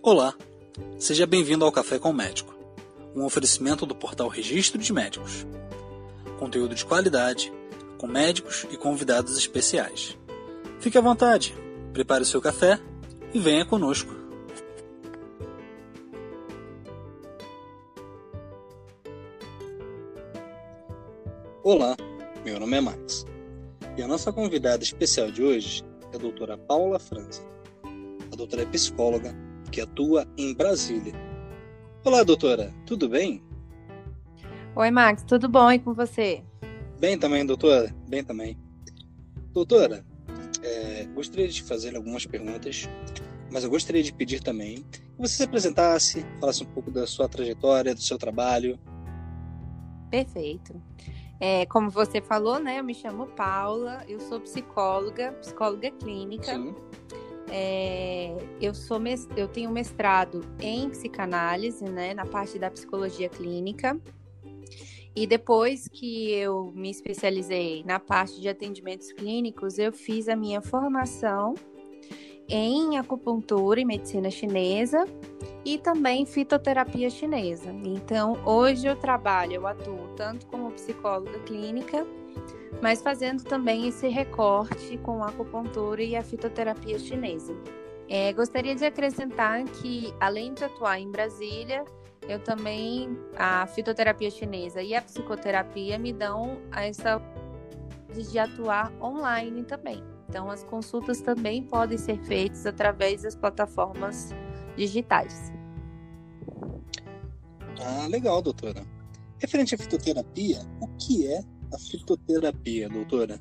Olá, seja bem-vindo ao Café com o Médico, um oferecimento do portal Registro de Médicos. Conteúdo de qualidade, com médicos e convidados especiais. Fique à vontade, prepare o seu café e venha conosco. Olá, meu nome é Max e a nossa convidada especial de hoje é a doutora Paula França. A doutora é psicóloga que atua em Brasília. Olá, doutora, tudo bem? Oi, Max, tudo bom e com você? Bem também, doutora, bem também. Doutora, gostaria de te fazer algumas perguntas, mas eu gostaria de pedir também que você se apresentasse, falasse um pouco da sua trajetória, do seu trabalho. Perfeito. Como você falou, né, eu me chamo Paula, eu sou psicóloga clínica. Sim. Eu tenho mestrado em psicanálise, né, na parte da psicologia clínica. E depois que eu me especializei na parte de atendimentos clínicos, eu fiz a minha formação em acupuntura e medicina chinesa e também fitoterapia chinesa. Então, hoje eu atuo tanto como psicóloga clínica, mas fazendo também esse recorte com a acupuntura e a fitoterapia chinesa. Gostaria de acrescentar que, além de atuar em Brasília, eu também, a fitoterapia chinesa e a psicoterapia me dão essa de atuar online também. Então, as consultas também podem ser feitas através das plataformas digitais. Ah, legal, doutora. Referente à fitoterapia, o que é a fitoterapia, doutora?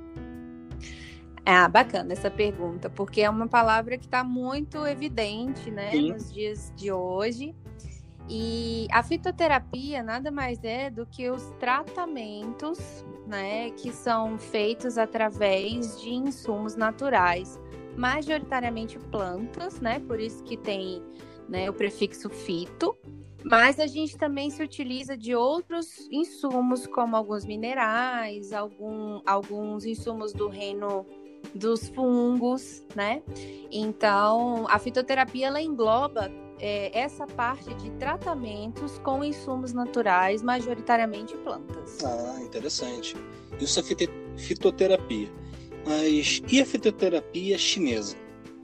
Ah, bacana essa pergunta, porque é uma palavra que está muito evidente, né, Sim. nos dias de hoje. E a fitoterapia nada mais é do que os tratamentos, né, que são feitos através de insumos naturais, majoritariamente plantas, né, por isso que tem, né, o prefixo fito, mas a gente também se utiliza de outros insumos, como alguns minerais, alguns insumos do reino dos fungos, né? Então, a fitoterapia, ela engloba essa parte de tratamentos com insumos naturais, majoritariamente plantas. Ah, interessante. Isso é fitoterapia. Mas e a fitoterapia chinesa?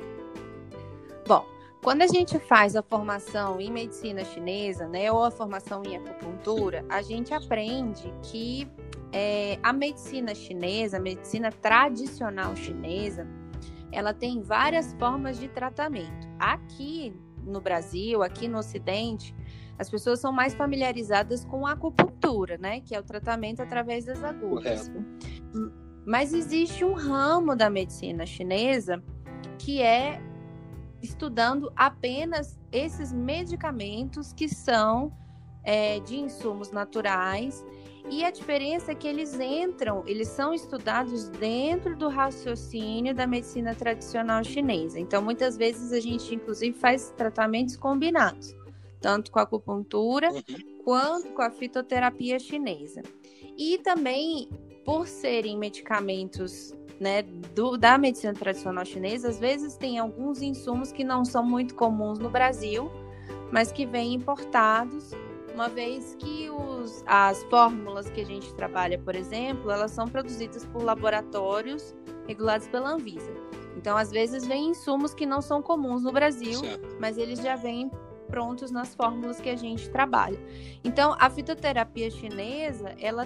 Bom, quando a gente faz a formação em medicina chinesa, né, ou a formação em acupuntura, a gente aprende que a medicina chinesa, a medicina tradicional chinesa, ela tem várias formas de tratamento. Aqui no Brasil, aqui no Ocidente, as pessoas são mais familiarizadas com a acupuntura, né, que é o tratamento através das agulhas. Correto. Mas existe um ramo da medicina chinesa que é estudando apenas esses medicamentos que são de insumos naturais, e a diferença é que eles são estudados dentro do raciocínio da medicina tradicional chinesa. Então, muitas vezes a gente, inclusive, faz tratamentos combinados, tanto com a acupuntura quanto com a fitoterapia chinesa. E também, por serem medicamentos, né, da medicina tradicional chinesa, às vezes tem alguns insumos que não são muito comuns no Brasil, mas que vêm importados, uma vez que as fórmulas que a gente trabalha, por exemplo, elas são produzidas por laboratórios regulados pela Anvisa. Então, às vezes, vêm insumos que não são comuns no Brasil, certo, mas eles já vêm prontos nas fórmulas que a gente trabalha. Então, a fitoterapia chinesa, ela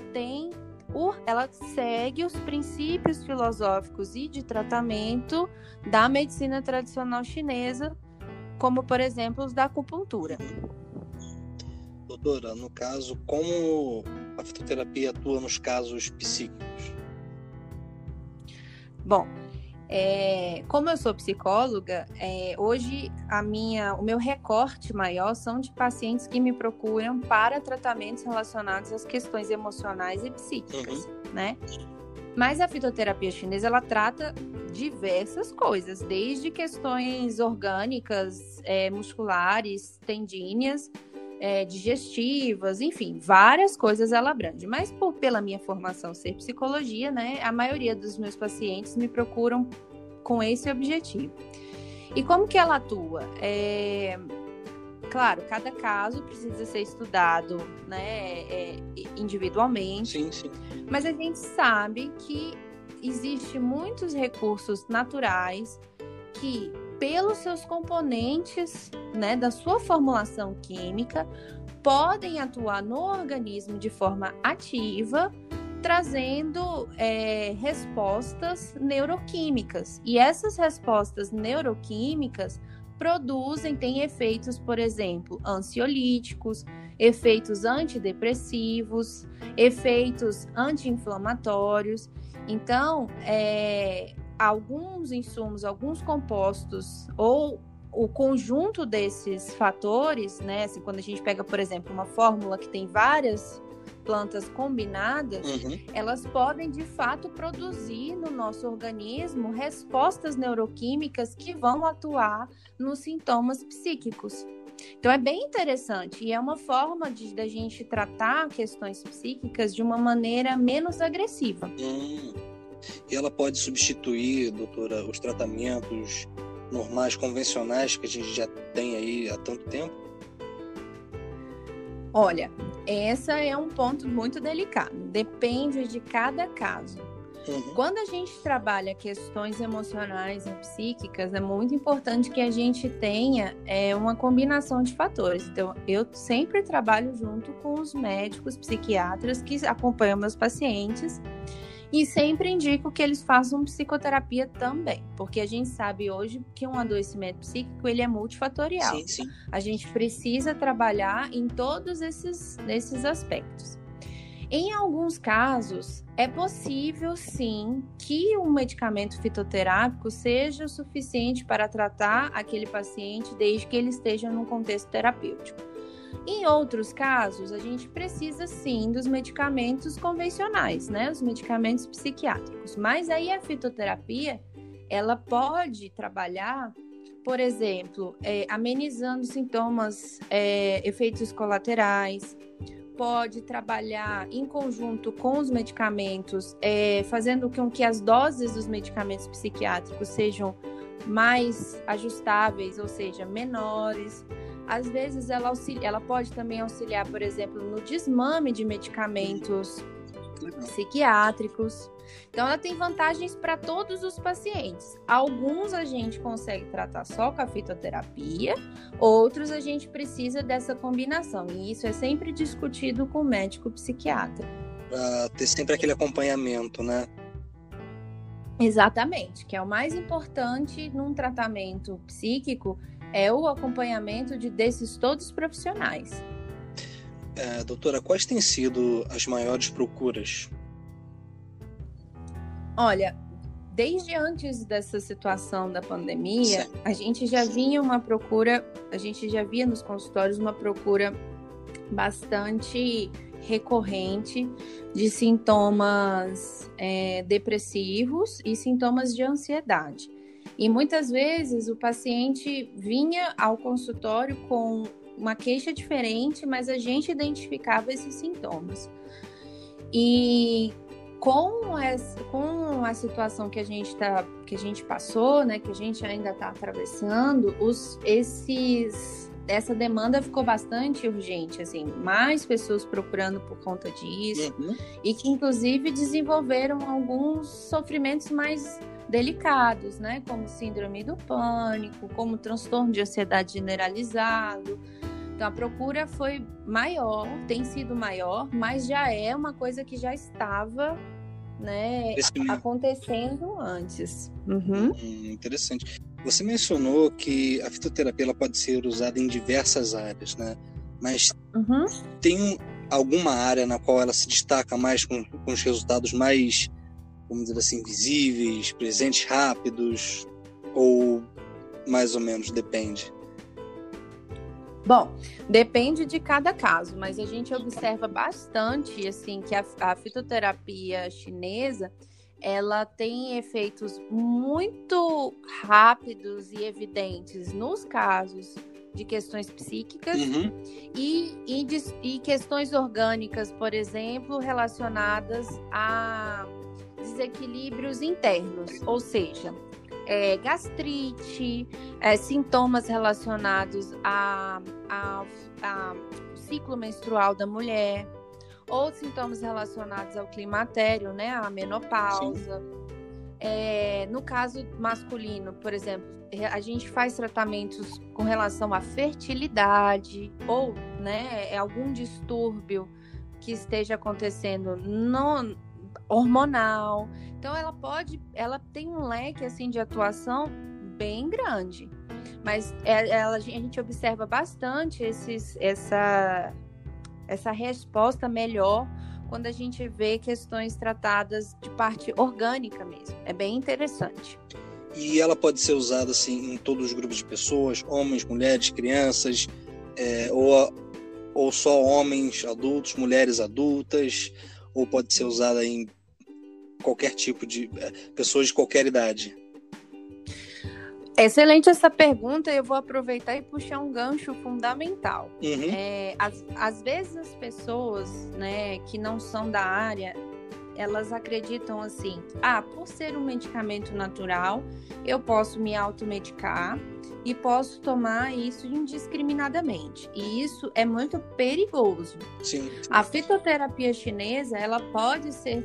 segue os princípios filosóficos e de tratamento da medicina tradicional chinesa, como, por exemplo, os da acupuntura. Doutora, no caso, como a fitoterapia atua nos casos psíquicos? Bom, como eu sou psicóloga, hoje o meu recorte maior são de pacientes que me procuram para tratamentos relacionados às questões emocionais e psíquicas, né? Mas a fitoterapia chinesa, ela trata diversas coisas, desde questões orgânicas, musculares, tendíneas, digestivas, enfim, várias coisas ela abrange. Mas pela minha formação ser psicologia, né, a maioria dos meus pacientes me procuram com esse objetivo. E como que ela atua? Claro, cada caso precisa ser estudado, né, individualmente. Sim, sim. Mas a gente sabe que existem muitos recursos naturais que, pelos seus componentes, né, da sua formulação química, podem atuar no organismo de forma ativa, trazendo respostas neuroquímicas. E essas respostas neuroquímicas têm efeitos, por exemplo, ansiolíticos, efeitos antidepressivos, efeitos anti-inflamatórios. Então, alguns insumos, alguns compostos ou o conjunto desses fatores, né? Assim, quando a gente pega, por exemplo, uma fórmula que tem várias plantas combinadas, elas podem de fato produzir no nosso organismo respostas neuroquímicas que vão atuar nos sintomas psíquicos. Então é bem interessante e é uma forma da gente tratar questões psíquicas de uma maneira menos agressiva. E ela pode substituir, doutora, os tratamentos normais, convencionais que a gente já tem aí há tanto tempo? Olha, esse é um ponto muito delicado. Depende de cada caso. Quando a gente trabalha questões emocionais e psíquicas, é muito importante que a gente tenha uma combinação de fatores. Então, eu sempre trabalho junto com os médicos psiquiatras que acompanham meus pacientes e sempre indico que eles façam psicoterapia também, porque a gente sabe hoje que um adoecimento psíquico ele é multifatorial. Sim, sim. A gente precisa trabalhar em todos esses aspectos. Em alguns casos, é possível, sim, que um medicamento fitoterápico seja o suficiente para tratar aquele paciente desde que ele esteja num contexto terapêutico. Em outros casos, a gente precisa, sim, dos medicamentos convencionais, né? Os medicamentos psiquiátricos. Mas aí a fitoterapia, ela pode trabalhar, por exemplo, amenizando sintomas, efeitos colaterais, pode trabalhar em conjunto com os medicamentos, fazendo com que as doses dos medicamentos psiquiátricos sejam mais ajustáveis, ou seja, menores. Às vezes ela pode também auxiliar, por exemplo, no desmame de medicamentos psiquiátricos. Então, ela tem vantagens para todos os pacientes. Alguns a gente consegue tratar só com a fitoterapia, outros a gente precisa dessa combinação. E isso é sempre discutido com o médico psiquiatra. Para ter sempre aquele acompanhamento, né? Exatamente, que é o mais importante num tratamento psíquico, é o acompanhamento desses todos profissionais. Doutora, quais têm sido as maiores procuras? Olha, desde antes dessa situação da pandemia, Sim. a gente já via nos consultórios uma procura bastante recorrente de sintomas depressivos e sintomas de ansiedade. E muitas vezes o paciente vinha ao consultório com uma queixa diferente, mas a gente identificava esses sintomas. E com a situação que a gente passou, né, que a gente ainda está atravessando, essa demanda ficou bastante urgente, assim, mais pessoas procurando por conta disso, e que inclusive desenvolveram alguns sofrimentos mais delicados, né, como síndrome do pânico, como transtorno de ansiedade generalizado. Então a procura foi maior, tem sido maior, mas já é uma coisa que já estava, né, acontecendo antes. Interessante. Você mencionou que a fitoterapia ela pode ser usada em diversas áreas, né? Mas tem alguma área na qual ela se destaca mais com os resultados mais, vamos dizer assim, visíveis, presentes rápidos, ou mais ou menos depende? Bom, depende de cada caso, mas a gente observa bastante assim que a fitoterapia chinesa ela tem efeitos muito rápidos e evidentes nos casos de questões psíquicas e questões orgânicas, por exemplo, relacionadas a desequilíbrios internos. Ou seja, gastrite, sintomas relacionados ao ciclo menstrual da mulher, ou sintomas relacionados ao climatério, né, à menopausa. No caso masculino, por exemplo, a gente faz tratamentos com relação à fertilidade ou, né, algum distúrbio que esteja acontecendo hormonal. Então ela tem um leque assim de atuação bem grande, mas a gente observa bastante essa resposta melhor quando a gente vê questões tratadas de parte orgânica mesmo. É bem interessante. E ela pode ser usada assim em todos os grupos de pessoas, homens, mulheres, crianças, ou só homens adultos, mulheres adultas, ou pode ser usada em qualquer tipo de pessoas de qualquer idade? Excelente essa pergunta, eu vou aproveitar e puxar um gancho fundamental. Às vezes as pessoas, né, que não são da área, elas acreditam assim, por ser um medicamento natural, eu posso me automedicar e posso tomar isso indiscriminadamente. E isso é muito perigoso. Sim. A fitoterapia chinesa, ela pode ser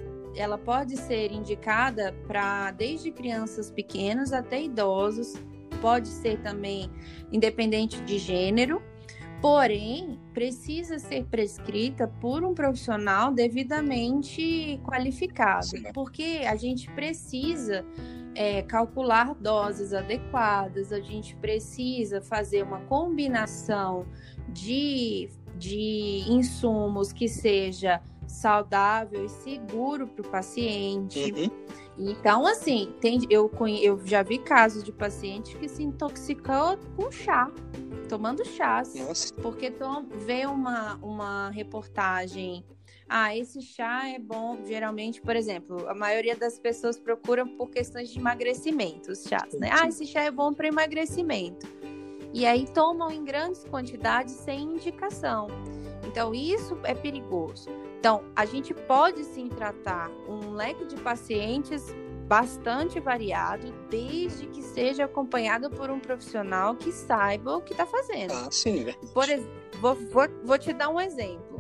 indicada para desde crianças pequenas até idosos, pode ser também independente de gênero, porém precisa ser prescrita por um profissional devidamente qualificado. Sim. Porque a gente precisa calcular doses adequadas, a gente precisa fazer uma combinação de insumos que seja saudável e seguro para o paciente. Então, assim, eu já vi casos de paciente que se intoxicou com chá, tomando chás. Nossa. Porque vê uma reportagem, esse chá é bom, geralmente, por exemplo, a maioria das pessoas procuram por questões de emagrecimento, os chás, né? Esse chá é bom para emagrecimento. E aí tomam em grandes quantidades sem indicação. Então, isso é perigoso. Então, a gente pode sim tratar um leque de pacientes bastante variado, desde que seja acompanhado por um profissional que saiba o que está fazendo. Sim, por exemplo, vou te dar um exemplo.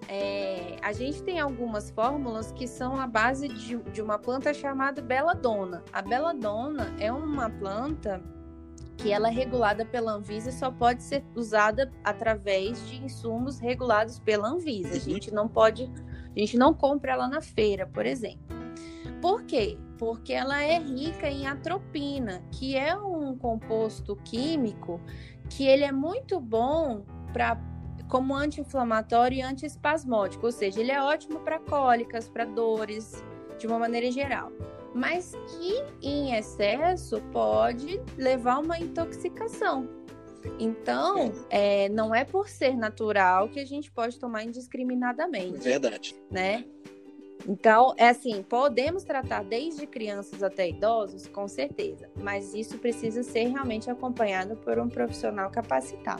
A gente tem algumas fórmulas que são à base de uma planta chamada beladona. A beladona é uma planta que ela é regulada pela Anvisa e só pode ser usada através de insumos regulados pela Anvisa. A gente não compra ela na feira, por exemplo. Por quê? Porque ela é rica em atropina, que é um composto químico que ele é muito bom como anti-inflamatório e anti-espasmódico, ou seja, ele é ótimo para cólicas, para dores, de uma maneira geral. Mas que em excesso pode levar a uma intoxicação. Então, não é por ser natural que a gente pode tomar indiscriminadamente. Verdade. Né? Então, assim, podemos tratar desde crianças até idosos, com certeza. Mas isso precisa ser realmente acompanhado por um profissional capacitado.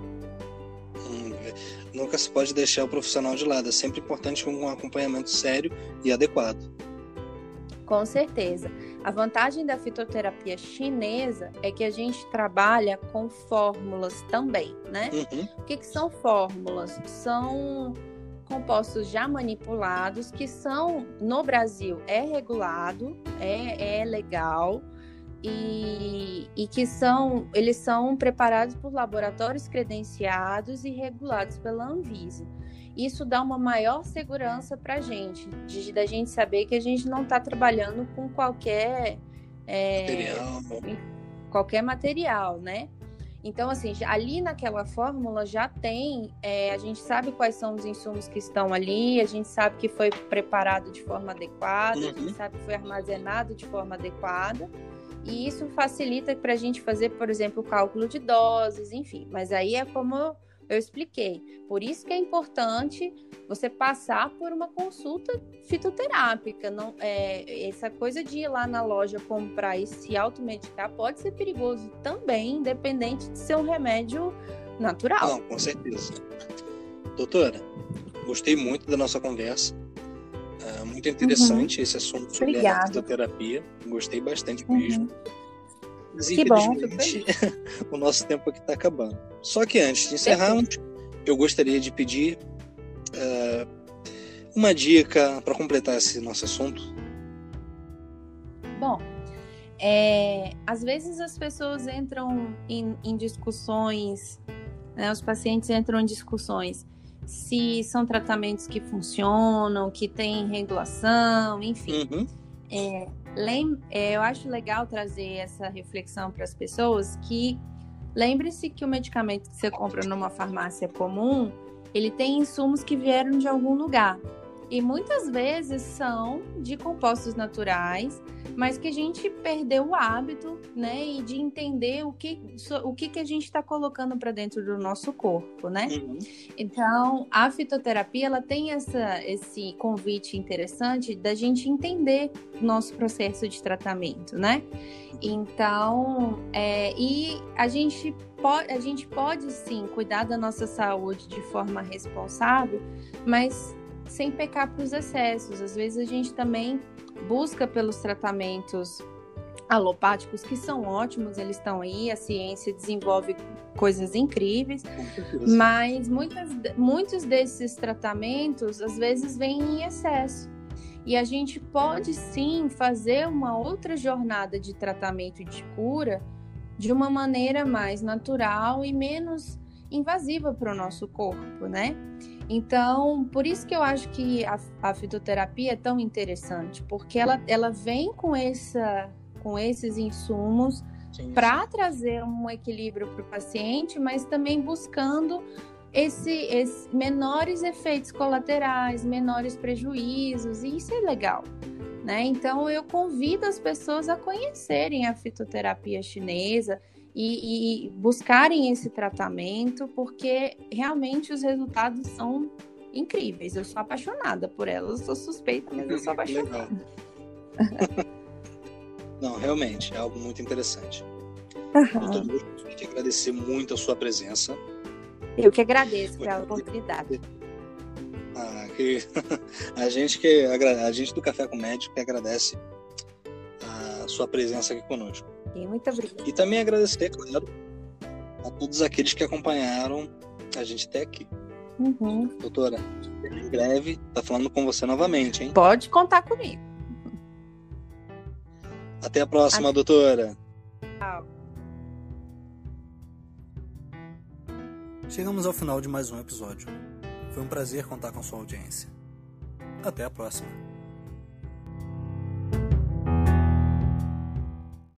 Nunca se pode deixar o profissional de lado. É sempre importante um acompanhamento sério e adequado. Com certeza. A vantagem da fitoterapia chinesa é que a gente trabalha com fórmulas também, né? O que são fórmulas? São compostos já manipulados que são, no Brasil, regulado, é legal e que eles são preparados por laboratórios credenciados e regulados pela Anvisa. Isso dá uma maior segurança para a gente, da gente saber que a gente não está trabalhando com qualquer material, né? Então, assim, ali naquela fórmula já tem, a gente sabe quais são os insumos que estão ali, a gente sabe que foi preparado de forma adequada, a gente sabe que foi armazenado de forma adequada, e isso facilita para a gente fazer, por exemplo, o cálculo de doses, enfim. Mas aí é como eu expliquei. Por isso que é importante você passar por uma consulta fitoterápica. Não, essa coisa de ir lá na loja comprar e se automedicar pode ser perigoso também, independente de ser um remédio natural. Não, com certeza. Doutora, gostei muito da nossa conversa. Muito interessante esse assunto sobre a fitoterapia. Gostei bastante mesmo. Mas, Que bom, fico infelizmente, feliz. o nosso tempo aqui está acabando. Só que antes de encerrarmos, eu gostaria de pedir uma dica para completar esse nosso assunto. Bom, às vezes as pessoas entram em discussões, né, os pacientes entram em discussões se são tratamentos que funcionam, que têm regulação, enfim. Uhum. Eu acho legal trazer essa reflexão para as pessoas que lembre-se que o medicamento que você compra numa farmácia comum, ele tem insumos que vieram de algum lugar. E muitas vezes são de compostos naturais, mas que a gente perdeu o hábito, né, e de entender o que a gente está colocando para dentro do nosso corpo, né? Uhum. Então, a fitoterapia, ela tem esse convite interessante da gente entender o nosso processo de tratamento, né? Então, e a gente pode sim cuidar da nossa saúde de forma responsável, mas sem pecar para os excessos. Às vezes a gente também busca pelos tratamentos alopáticos, que são ótimos, eles estão aí, a ciência desenvolve coisas incríveis, mas muitos desses tratamentos às vezes vêm em excesso. E a gente pode sim fazer uma outra jornada de tratamento e de cura de uma maneira mais natural e menos invasiva para o nosso corpo, né? Então, por isso que eu acho que a fitoterapia é tão interessante, porque ela vem com esses insumos para trazer um equilíbrio para o paciente, mas também buscando esses menores efeitos colaterais, menores prejuízos, e isso é legal, né? Então, eu convido as pessoas a conhecerem a fitoterapia chinesa e buscarem esse tratamento, porque realmente os resultados são incríveis. Eu sou apaixonada por ela. Eu sou suspeita, mas eu sou apaixonada. Não, realmente, é algo muito interessante. Doutor, eu gostaria de agradecer muito a sua presença. Eu que agradeço pela oportunidade. A gente do Café com Médico que agradece a sua presença aqui conosco. Muito obrigada. E também agradecer, claro, a todos aqueles que acompanharam a gente até aqui. Uhum. Doutora, em breve tá falando com você novamente, hein? Pode contar comigo. Até a próxima, doutora. Tchau. Chegamos ao final de mais um episódio. Foi um prazer contar com sua audiência. Até a próxima.